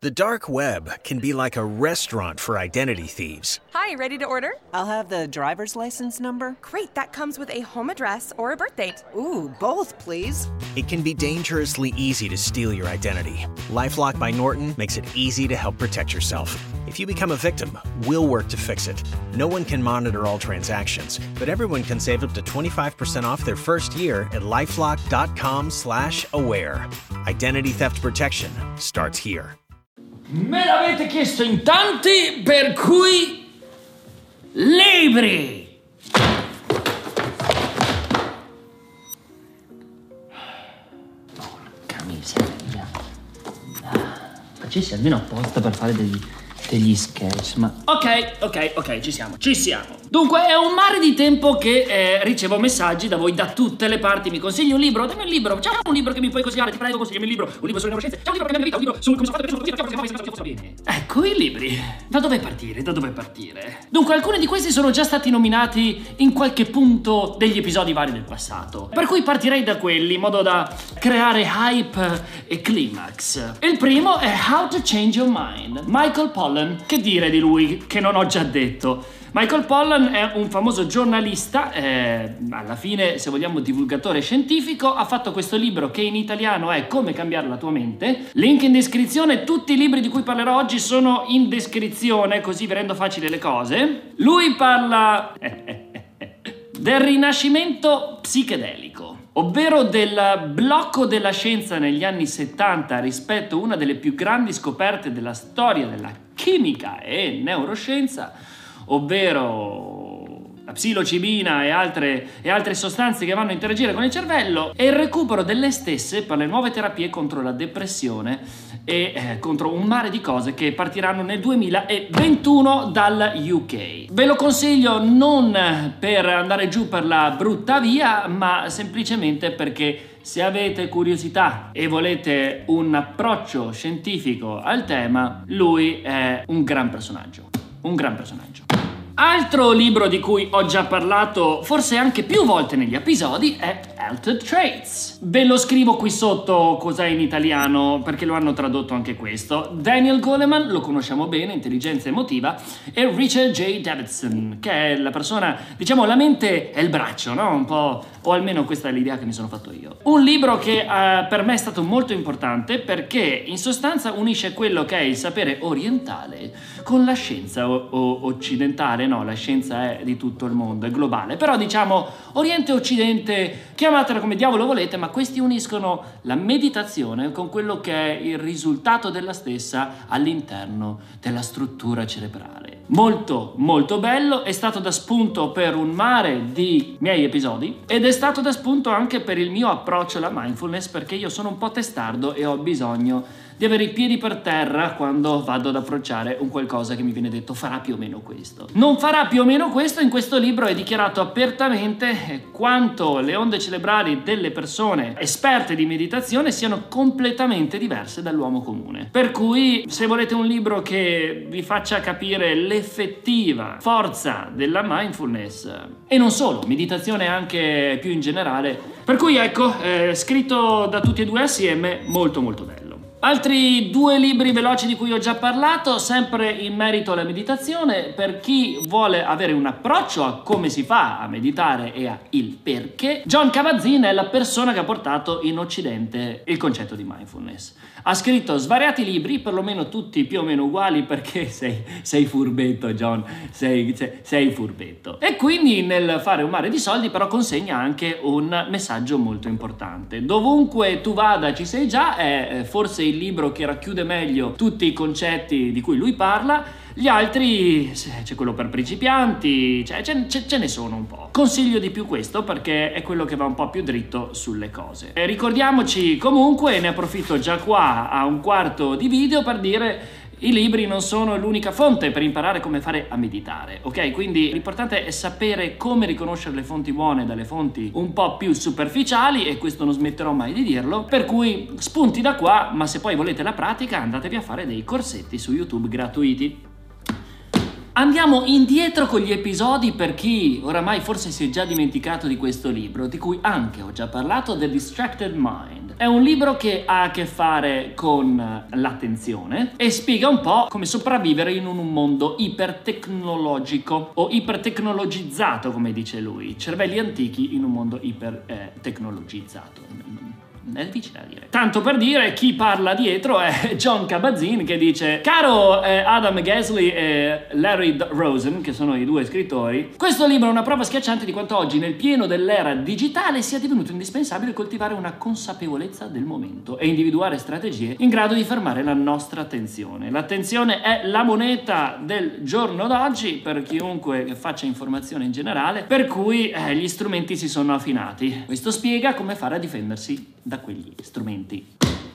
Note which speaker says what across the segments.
Speaker 1: The dark web can be like a restaurant for identity thieves.
Speaker 2: Hi, ready to order?
Speaker 3: I'll have the driver's license number.
Speaker 2: Great, that comes with a home address or a birth date.
Speaker 3: Ooh, both, please.
Speaker 1: It can be dangerously easy to steal your identity. LifeLock by Norton makes it easy to help protect yourself. If you become a victim, we'll work to fix it. No one can monitor all transactions, but everyone can save up to 25% off their first year at LifeLock.com/aware. Identity theft protection starts here.
Speaker 4: Me l'avete chiesto in tanti, per cui libri! Porca miseria. Facessi almeno apposta per fare degli sketch, ma... Ok, ci siamo. Dunque, è un mare di tempo che ricevo messaggi da voi da tutte le parti. Mi consigli un libro? Dammi un libro. C'è un libro che mi puoi consigliare? Ti prego, consigliami un libro. Un libro sulle neuroscienze. C'è un libro che cambia la vita. Un libro su come sono fatto bene. Ecco i libri. Da dove partire? Dunque, alcuni di questi sono già stati nominati in qualche punto degli episodi vari del passato. Per cui partirei da quelli, in modo da creare hype e climax. Il primo è How to Change Your Mind. Michael Pollan. Che dire di lui che non ho già detto? Michael Pollan è un famoso giornalista, alla fine, se vogliamo, divulgatore scientifico. Ha fatto questo libro che in italiano è Come cambiare la tua mente. Link in descrizione. Tutti i libri di cui parlerò oggi sono in descrizione, così vi rendo facile le cose. Lui parla del rinascimento psichedelico, ovvero del blocco della scienza negli anni 70 rispetto a una delle più grandi scoperte della storia della chimica e neuroscienza, ovvero la psilocibina e altre sostanze che vanno a interagire con il cervello, e il recupero delle stesse per le nuove terapie contro la depressione e contro un mare di cose che partiranno nel 2021 dal UK. Ve lo consiglio non per andare giù per la brutta via, ma semplicemente perché se avete curiosità e volete un approccio scientifico al tema, lui è un gran personaggio. Altro libro di cui ho già parlato, forse anche più volte negli episodi, è Altered Traits. Ve lo scrivo qui sotto cos'è in italiano, perché lo hanno tradotto anche questo. Daniel Goleman, lo conosciamo bene, intelligenza emotiva, e Richard J. Davidson, che è la persona, diciamo, la mente è il braccio, no? Un po', o almeno questa è l'idea che mi sono fatto io. Un libro che per me è stato molto importante perché in sostanza unisce quello che è il sapere orientale con la scienza occidentale. No, la scienza è di tutto il mondo, è globale, però diciamo Oriente e Occidente, chiamatela come diavolo volete, ma questi uniscono la meditazione con quello che è il risultato della stessa all'interno della struttura cerebrale. Molto molto bello, è stato da spunto per un mare di miei episodi ed è stato da spunto anche per il mio approccio alla mindfulness, perché io sono un po' testardo e ho bisogno di avere i piedi per terra quando vado ad approcciare un qualcosa che mi viene detto farà più o meno questo. Non farà più o meno questo. In questo libro è dichiarato apertamente quanto le onde cerebrali delle persone esperte di meditazione siano completamente diverse dall'uomo comune. Per cui, se volete un libro che vi faccia capire l'effettiva forza della mindfulness, e non solo, meditazione anche più in generale, per cui ecco, scritto da tutti e due assieme, molto molto bello. Altri due libri veloci di cui ho già parlato, sempre in merito alla meditazione, per chi vuole avere un approccio a come si fa a meditare e a il perché. Jon Kabat-Zinn è la persona che ha portato in Occidente il concetto di mindfulness. Ha scritto svariati libri, perlomeno tutti più o meno uguali, perché sei furbetto, Jon, sei furbetto. E quindi nel fare un mare di soldi però consegna anche un messaggio molto importante. Dovunque tu vada ci sei già, è forse il libro che racchiude meglio tutti i concetti di cui lui parla. Gli altri, c'è quello per principianti, ce ne sono un po'. Consiglio di più questo perché è quello che va un po' più dritto sulle cose. E ricordiamoci comunque, ne approfitto già qua a un quarto di video per dire: i libri non sono l'unica fonte per imparare come fare a meditare, ok? Quindi l'importante è sapere come riconoscere le fonti buone dalle fonti un po' più superficiali, e questo non smetterò mai di dirlo. Per cui spunti da qua, ma se poi volete la pratica andatevi a fare dei corsetti su YouTube gratuiti. Andiamo indietro con gli episodi per chi oramai forse si è già dimenticato di questo libro, di cui anche ho già parlato, The Distracted Mind. È un libro che ha a che fare con l'attenzione e spiega un po' come sopravvivere in un mondo ipertecnologico o ipertecnologizzato, come dice lui. Cervelli antichi in un mondo ipertecnologizzato. È difficile da dire. Tanto per dire, chi parla dietro è Jon Kabat-Zinn, che dice: caro Adam Gasley e Larry Rosen, che sono i due scrittori, questo libro è una prova schiacciante di quanto oggi, nel pieno dell'era digitale, sia divenuto indispensabile coltivare una consapevolezza del momento e individuare strategie in grado di fermare la nostra attenzione. L'attenzione è la moneta del giorno d'oggi per chiunque che faccia informazione in generale, per cui gli strumenti si sono affinati. Questo spiega come fare a difendersi da quegli strumenti.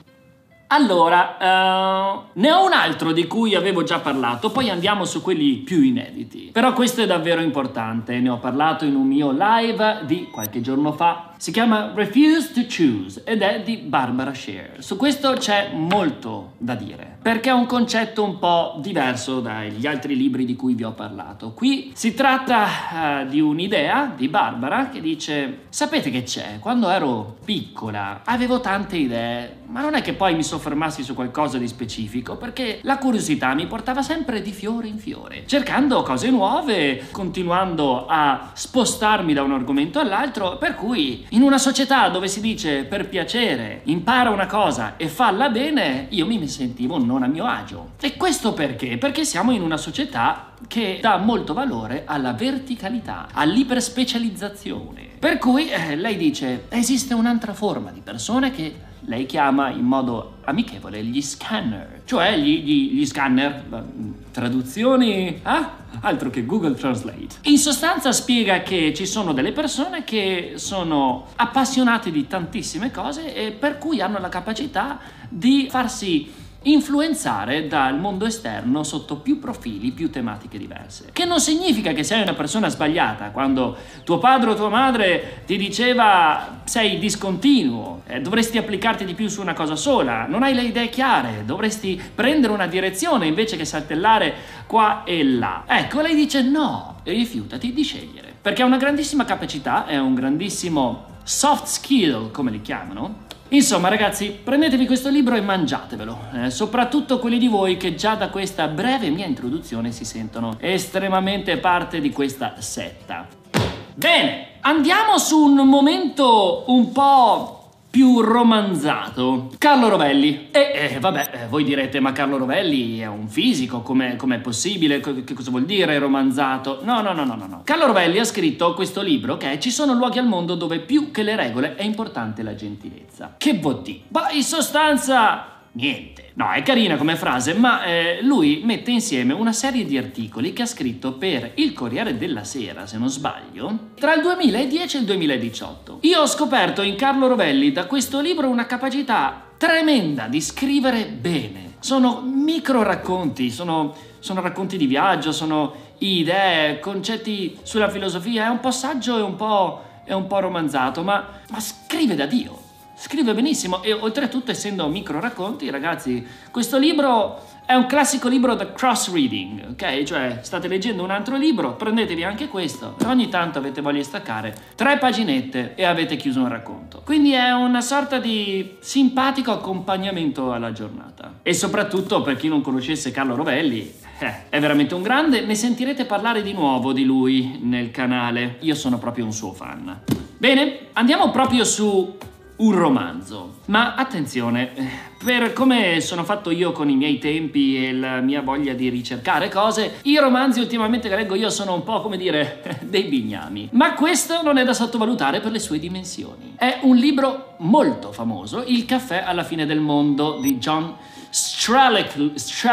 Speaker 4: Allora, ne ho un altro di cui avevo già parlato, poi andiamo su quelli più inediti. Però questo è davvero importante, ne ho parlato in un mio live di qualche giorno fa. Si chiama Refuse to Choose ed è di Barbara Sher. Su questo c'è molto da dire, perché è un concetto un po' diverso dagli altri libri di cui vi ho parlato. Qui si tratta di un'idea di Barbara che dice: sapete che c'è? Quando ero piccola avevo tante idee, ma non è che poi mi soffermassi su qualcosa di specifico, perché la curiosità mi portava sempre di fiore in fiore, cercando cose nuove, continuando a spostarmi da un argomento all'altro, per cui in una società dove si dice per piacere impara una cosa e falla bene, io mi sentivo non a mio agio. E questo perché? Perché siamo in una società che dà molto valore alla verticalità, all'iperspecializzazione. Per cui lei dice: esiste un'altra forma di persone che lei chiama in modo amichevole gli scanner, cioè gli scanner, traduzioni, altro che Google Translate. In sostanza spiega che ci sono delle persone che sono appassionate di tantissime cose e per cui hanno la capacità di farsi influenzare dal mondo esterno sotto più profili, più tematiche diverse. Che non significa che sei una persona sbagliata. Quando tuo padre o tua madre ti diceva sei discontinuo, dovresti applicarti di più su una cosa sola, non hai le idee chiare, dovresti prendere una direzione invece che saltellare qua e là. Ecco, lei dice no, rifiutati di scegliere, perché ha una grandissima capacità, è un grandissimo soft skill, come li chiamano. Insomma ragazzi, prendetevi questo libro e mangiatevelo, soprattutto quelli di voi che già da questa breve mia introduzione si sentono estremamente parte di questa setta. Bene, andiamo su un momento un po' più romanzato. Carlo Rovelli. Voi direte: ma Carlo Rovelli è un fisico, com'è possibile? Che cosa vuol dire romanzato? No. Carlo Rovelli ha scritto questo libro che è Ci sono luoghi al mondo dove più che le regole è importante la gentilezza. Che vuol dire? Ma in sostanza niente. No, è carina come frase, ma lui mette insieme una serie di articoli che ha scritto per il Corriere della Sera, se non sbaglio, tra il 2010 e il 2018. Io ho scoperto in Carlo Rovelli da questo libro una capacità tremenda di scrivere bene. Sono micro racconti, sono racconti di viaggio, sono idee, concetti sulla filosofia, è un po' saggio e un po' romanzato, ma scrive da Dio. Scrive benissimo e oltretutto, essendo micro racconti, ragazzi, questo libro è un classico libro da cross reading, ok? Cioè state leggendo un altro libro, prendetevi anche questo e ogni tanto avete voglia di staccare 3 paginette e avete chiuso un racconto. Quindi è una sorta di simpatico accompagnamento alla giornata. E soprattutto, per chi non conoscesse Carlo Rovelli, è veramente un grande, ne sentirete parlare di nuovo di lui nel canale. Io sono proprio un suo fan. Bene, andiamo proprio su un romanzo. Ma attenzione, per come sono fatto io con i miei tempi e la mia voglia di ricercare cose, i romanzi ultimamente che leggo io sono un po', come dire, dei bignami. Ma questo non è da sottovalutare per le sue dimensioni. È un libro molto famoso, Il caffè alla fine del mondo di John Strzelecki.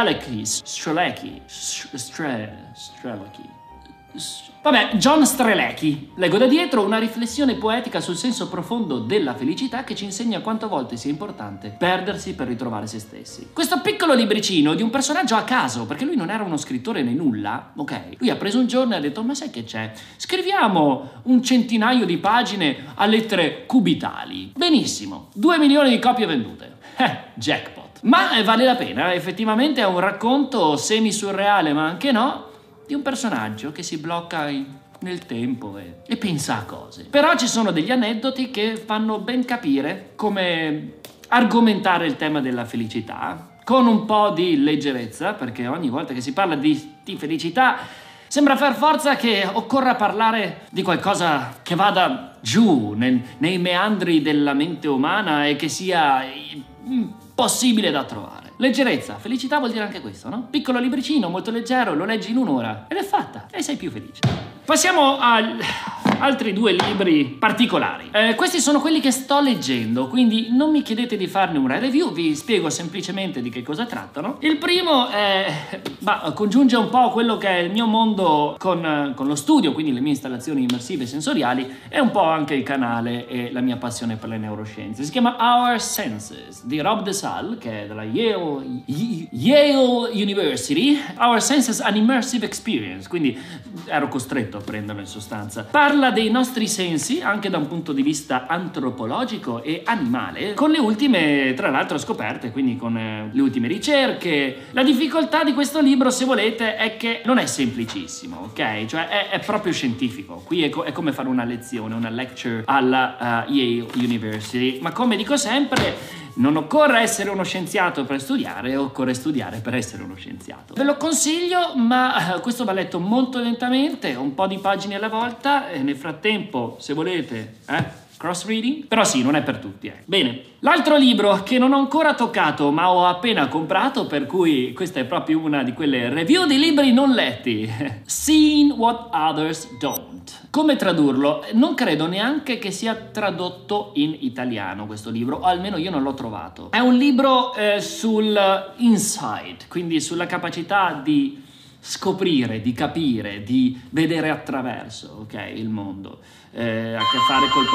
Speaker 4: Vabbè, John Strzelecki. Leggo da dietro: una riflessione poetica sul senso profondo della felicità che ci insegna quanto a volte sia importante perdersi per ritrovare se stessi. Questo piccolo libricino di un personaggio a caso, perché lui non era uno scrittore né nulla, ok? Lui ha preso un giorno e ha detto: ma sai che c'è? Scriviamo un centinaio di pagine a lettere cubitali. Benissimo, 2 milioni di copie vendute. Jackpot. Ma vale la pena, effettivamente è un racconto semi-surreale, ma anche no, di un personaggio che si blocca nel tempo e pensa a cose. Però ci sono degli aneddoti che fanno ben capire come argomentare il tema della felicità con un po' di leggerezza, perché ogni volta che si parla di felicità sembra per forza che occorra parlare di qualcosa che vada giù nei meandri della mente umana e che sia impossibile da trovare. Leggerezza, felicità vuol dire anche questo, no? Piccolo libricino, molto leggero, lo leggi in un'ora ed è fatta e sei più felice. Passiamo a altri 2 libri particolari. Questi sono quelli che sto leggendo, quindi non mi chiedete di farne una review, vi spiego semplicemente di che cosa trattano. Il primo congiunge un po' quello che è il mio mondo con lo studio, quindi le mie installazioni immersive e sensoriali, e un po' anche il canale e la mia passione per le neuroscienze. Si chiama Our Senses, di Rob DeSalle, che è della Yale University. Our Senses, an Immersive Experience, quindi ero costretto a prenderlo in sostanza. Parla dei nostri sensi anche da un punto di vista antropologico e animale, con le ultime, tra l'altro, scoperte, quindi con le ultime ricerche. La difficoltà di questo libro, se volete, è che non è semplicissimo, ok? Cioè è proprio scientifico. Qui è come fare una lezione, una lecture alla Yale University, ma come dico sempre, non occorre essere uno scienziato per studiare, occorre studiare per essere uno scienziato. Ve lo consiglio, ma questo va letto molto lentamente, un po' di pagine alla volta, e nel frattempo, se volete, cross reading, però sì, non è per tutti. Bene, l'altro libro che non ho ancora toccato ma ho appena comprato, per cui questa è proprio una di quelle review di libri non letti. Seeing What Others Don't. Come tradurlo? Non credo neanche che sia tradotto in italiano questo libro, o almeno io non l'ho trovato. È un libro sul insight, quindi sulla capacità di scoprire, di capire, di vedere attraverso, ok, il mondo. Ha a che fare col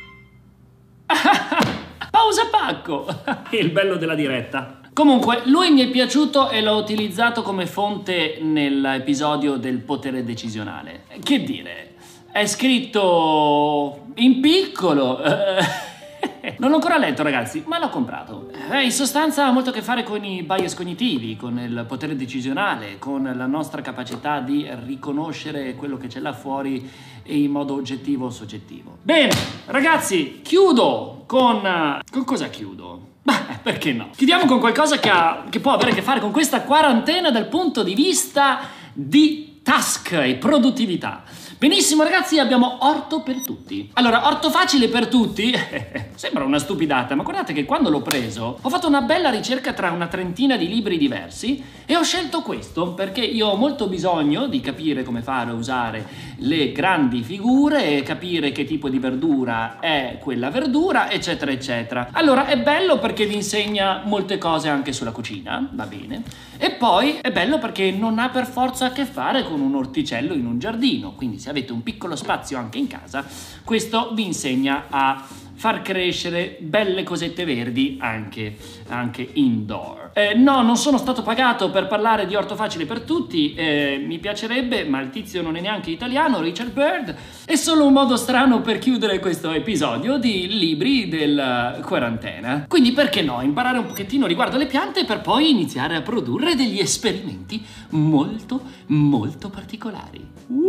Speaker 4: Pausa pacco! Il bello della diretta. Comunque, lui mi è piaciuto e l'ho utilizzato come fonte nell'episodio del potere decisionale. Che dire, è scritto in piccolo. Non l'ho ancora letto, ragazzi, ma l'ho comprato. In sostanza ha molto a che fare con i bias cognitivi, con il potere decisionale, con la nostra capacità di riconoscere quello che c'è là fuori in modo oggettivo o soggettivo. Bene, ragazzi, chiudo con cosa chiudo? Beh, perché no? Chiudiamo con qualcosa che può avere a che fare con questa quarantena dal punto di vista di task e produttività. Benissimo, ragazzi, abbiamo Orto per tutti. Allora, Orto facile per tutti sembra una stupidata, ma guardate che quando l'ho preso ho fatto una bella ricerca tra una trentina di libri diversi e ho scelto questo perché io ho molto bisogno di capire come fare a usare le grandi figure e capire che tipo di verdura è quella verdura, eccetera eccetera. Allora, è bello perché vi insegna molte cose anche sulla cucina, va bene, e poi è bello perché non ha per forza a che fare con un orticello in un giardino, quindi se avete un piccolo spazio anche in casa, questo vi insegna a far crescere belle cosette verdi anche indoor. No, non sono stato pagato per parlare di Orto facile per tutti, mi piacerebbe, ma il tizio non è neanche italiano, Richard Bird. È solo un modo strano per chiudere questo episodio di libri della quarantena. Quindi perché no, imparare un pochettino riguardo le piante per poi iniziare a produrre degli esperimenti molto, molto particolari.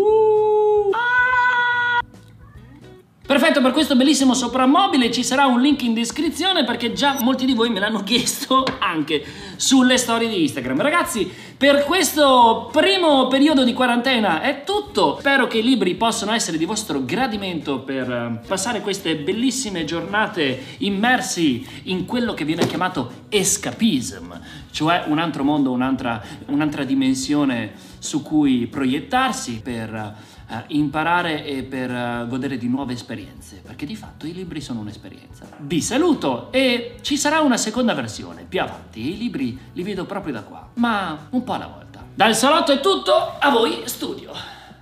Speaker 4: Perfetto, per questo bellissimo soprammobile ci sarà un link in descrizione perché già molti di voi me l'hanno chiesto anche sulle storie di Instagram. Ragazzi, per questo primo periodo di quarantena è tutto. Spero che i libri possano essere di vostro gradimento per passare queste bellissime giornate immersi in quello che viene chiamato escapism, cioè un altro mondo, un'altra dimensione su cui proiettarsi per imparare e per godere di nuove esperienze, perché di fatto i libri sono un'esperienza. Vi saluto e ci sarà una seconda versione più avanti. I libri li vedo proprio da qua, ma un po' alla volta. Dal salotto è tutto, a voi studio.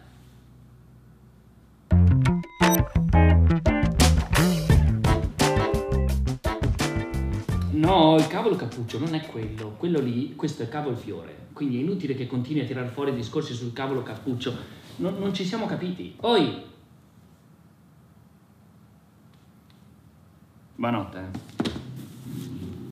Speaker 4: No, il cavolo cappuccio non è quello lì, questo è cavolfiore, quindi è inutile che continui a tirare fuori discorsi sul cavolo cappuccio. Non ci siamo capiti. Buonanotte.